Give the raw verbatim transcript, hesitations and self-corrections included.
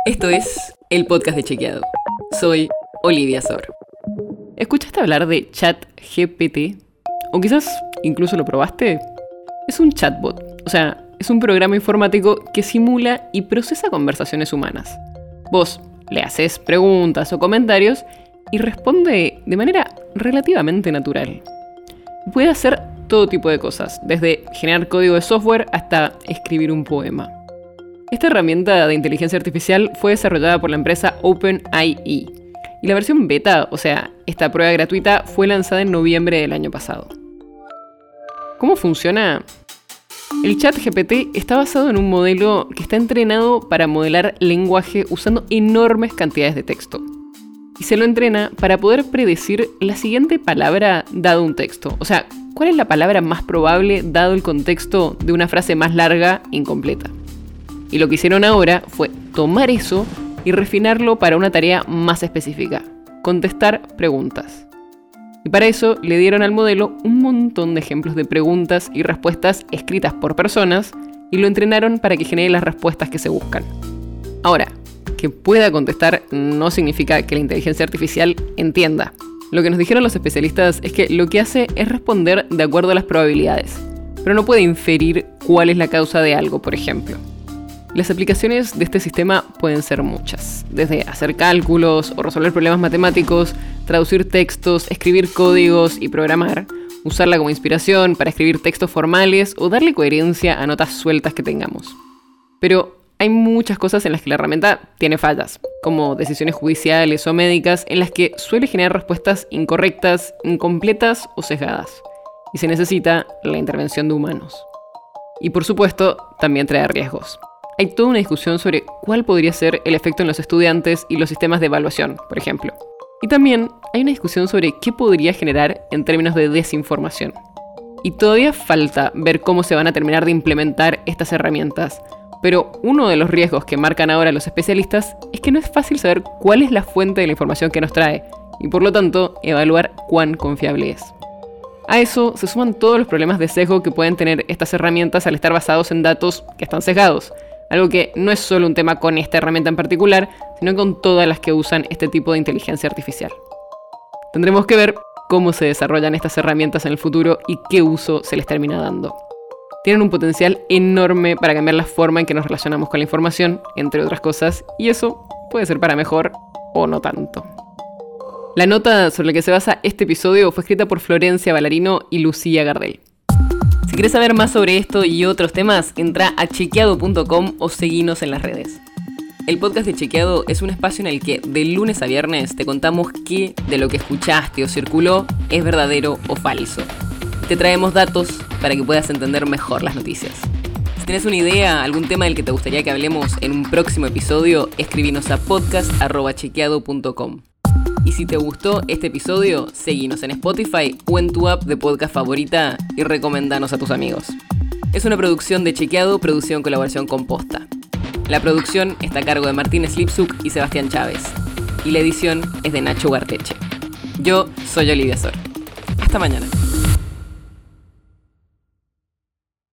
Esto es el podcast de Chequeado. Soy Olivia Sor. ¿Escuchaste hablar de ChatGPT? ¿O quizás incluso lo probaste? Es un chatbot, o sea, es un programa informático que simula y procesa conversaciones humanas. Vos le haces preguntas o comentarios y responde de manera relativamente natural. Puede hacer todo tipo de cosas, desde generar código de software hasta escribir un poema. Esta herramienta de inteligencia artificial fue desarrollada por la empresa OpenAI y la versión beta, o sea, esta prueba gratuita, fue lanzada en noviembre del año pasado. ¿Cómo funciona? El ChatGPT está basado en un modelo que está entrenado para modelar lenguaje usando enormes cantidades de texto. Y se lo entrena para poder predecir la siguiente palabra dado un texto. O sea, ¿cuál es la palabra más probable dado el contexto de una frase más larga e incompleta? Y lo que hicieron ahora fue tomar eso y refinarlo para una tarea más específica: contestar preguntas. Y para eso le dieron al modelo un montón de ejemplos de preguntas y respuestas escritas por personas y lo entrenaron para que genere las respuestas que se buscan. Ahora, que pueda contestar no significa que la inteligencia artificial entienda. Lo que nos dijeron los especialistas es que lo que hace es responder de acuerdo a las probabilidades, pero no puede inferir cuál es la causa de algo, por ejemplo. Las aplicaciones de este sistema pueden ser muchas, desde hacer cálculos o resolver problemas matemáticos, traducir textos, escribir códigos y programar, usarla como inspiración para escribir textos formales o darle coherencia a notas sueltas que tengamos. Pero hay muchas cosas en las que la herramienta tiene fallas, como decisiones judiciales o médicas en las que suele generar respuestas incorrectas, incompletas o sesgadas, y se necesita la intervención de humanos. Y por supuesto, también trae riesgos. Hay toda una discusión sobre cuál podría ser el efecto en los estudiantes y los sistemas de evaluación, por ejemplo. Y también hay una discusión sobre qué podría generar en términos de desinformación. Y todavía falta ver cómo se van a terminar de implementar estas herramientas. Pero uno de los riesgos que marcan ahora los especialistas es que no es fácil saber cuál es la fuente de la información que nos trae y por lo tanto evaluar cuán confiable es. A eso se suman todos los problemas de sesgo que pueden tener estas herramientas al estar basados en datos que están sesgados. Algo que no es solo un tema con esta herramienta en particular, sino con todas las que usan este tipo de inteligencia artificial. Tendremos que ver cómo se desarrollan estas herramientas en el futuro y qué uso se les termina dando. Tienen un potencial enorme para cambiar la forma en que nos relacionamos con la información, entre otras cosas, y eso puede ser para mejor o no tanto. La nota sobre la que se basa este episodio fue escrita por Florencia Ballarino y Lucía Gardel. Si querés saber más sobre esto y otros temas, entra a chequeado punto com o seguinos en las redes. El podcast de Chequeado es un espacio en el que de lunes a viernes te contamos qué de lo que escuchaste o circuló es verdadero o falso. Te traemos datos para que puedas entender mejor las noticias. Si tienes una idea, algún tema del que te gustaría que hablemos en un próximo episodio, escribinos a podcast arroba chequeado punto com. Y si te gustó este episodio, seguinos en Spotify o en tu app de podcast favorita y recomendanos a tus amigos. Es una producción de Chequeado, producción en colaboración con Posta. La producción está a cargo de Martín Slipsuk y Sebastián Chávez. Y la edición es de Nacho Garteche. Yo soy Olivia Sor. Hasta mañana.